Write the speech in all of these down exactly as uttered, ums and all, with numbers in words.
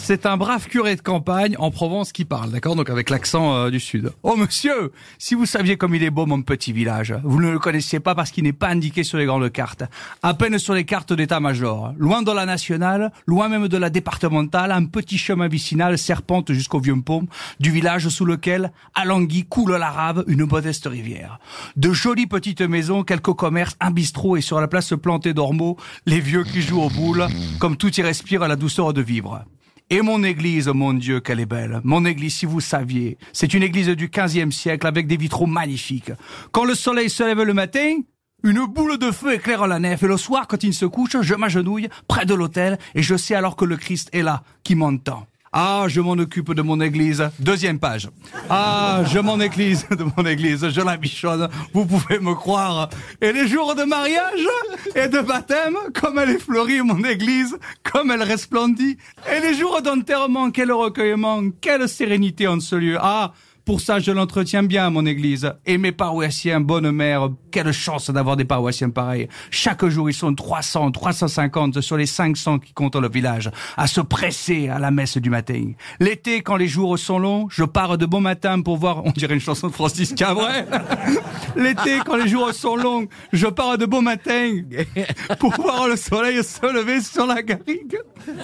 C'est un brave curé de campagne en Provence qui parle, d'accord? Donc avec l'accent euh, du sud. Oh monsieur, si vous saviez comme il est beau mon petit village, vous ne le connaissiez pas parce qu'il n'est pas indiqué sur les grandes cartes. À peine sur les cartes d'état-major. Loin de la nationale, loin même de la départementale, un petit chemin vicinal serpente jusqu'au vieux pont du village sous lequel, à Languy, coule la Rave, une modeste rivière. De jolies petites maisons, quelques commerces, un bistrot et sur la place plantée d'ormeaux, les vieux qui jouent aux boules, comme tout y respire la douceur de vivre. Et mon église, mon Dieu, qu'elle est belle. Mon église, si vous saviez, c'est une église du quinzième siècle avec des vitraux magnifiques. Quand le soleil se lève le matin, une boule de feu éclaire la nef. Et le soir, quand il se couche, je m'agenouille près de l'autel et je sais alors que le Christ est là, qui m'entend. Ah, je m'en occupe de mon église. Deuxième page. Ah, je m'en église de mon église. Je la bichonne. Vous pouvez me croire. Et les jours de mariage et de baptême, comme elle est fleurie, mon église, comme elle resplendit. Et les jours d'enterrement, quel recueillement, quelle sérénité en ce lieu. Ah, pour ça, je l'entretiens bien, mon église. Et mes paroissiens, bonne mère, quelle chance d'avoir des paroissiens pareils. Chaque jour, ils sont trois cents, trois cent cinquante sur les cinq cents qui comptent le village, à se presser à la messe du matin. L'été, quand les jours sont longs, je pars de bon matin pour voir, on dirait une chanson de Francis Cabret. L'été, quand les jours sont longs, je pars de bon matin pour voir le soleil se lever sur la garrigue.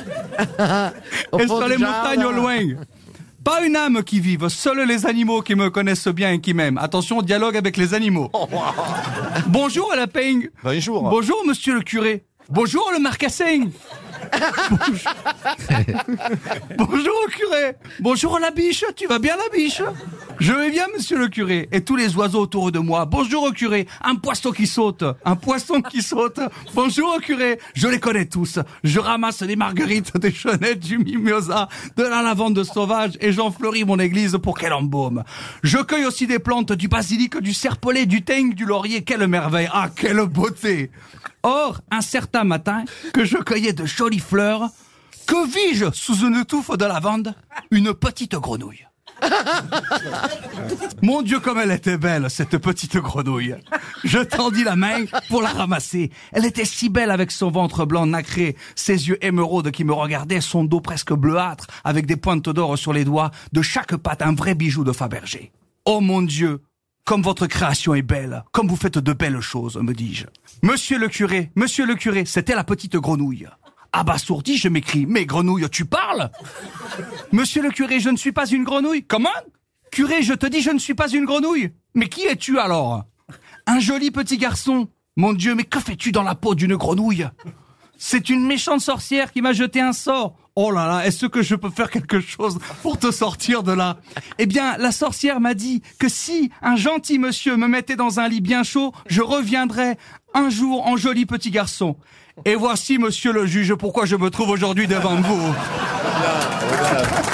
Et sur les montagnes au loin. Pas une âme qui vive, seuls les animaux qui me connaissent bien et qui m'aiment. Attention, dialogue avec les animaux. Bonjour à la peigne. Bonjour. Bonjour monsieur le curé. Bonjour le marcassin. Bonjour. Bonjour au curé. Bonjour la biche, tu vas bien la biche? Je vais bien monsieur le curé. Et tous les oiseaux autour de moi. Bonjour au curé. Un poisson qui saute. Un poisson qui saute. Bonjour au curé. Je les connais tous. Je ramasse des marguerites, des chenettes, du mimosa, de la lavande sauvage et j'en fleuris mon église pour qu'elle embaume. Je cueille aussi des plantes, du basilic, du serpolet, du thym, du laurier. Quelle merveille. Ah, quelle beauté. Or, un certain matin, que je cueillais de jolies fleurs, que vis-je sous une touffe de lavande? Une petite grenouille. Mon Dieu, comme elle était belle, cette petite grenouille. Je tendis la main pour la ramasser. Elle était si belle avec son ventre blanc nacré, ses yeux émeraudes qui me regardaient, son dos presque bleuâtre, avec des pointes d'or sur les doigts, de chaque patte un vrai bijou de Fabergé. Oh mon Dieu, comme votre création est belle, comme vous faites de belles choses, me dis-je. Monsieur le curé, monsieur le curé, c'était la petite grenouille. Abasourdi, je m'écrie, mais grenouille, tu parles? Monsieur le curé, je ne suis pas une grenouille. Comment? Curé, je te dis, je ne suis pas une grenouille. Mais qui es-tu alors? Un joli petit garçon. Mon Dieu, mais que fais-tu dans la peau d'une grenouille? C'est une méchante sorcière qui m'a jeté un sort. Oh là là, est-ce que je peux faire quelque chose pour te sortir de là? Eh bien, la sorcière m'a dit que si un gentil monsieur me mettait dans un lit bien chaud, je reviendrais un jour en joli petit garçon. Et voici, monsieur le juge, pourquoi je me trouve aujourd'hui devant vous.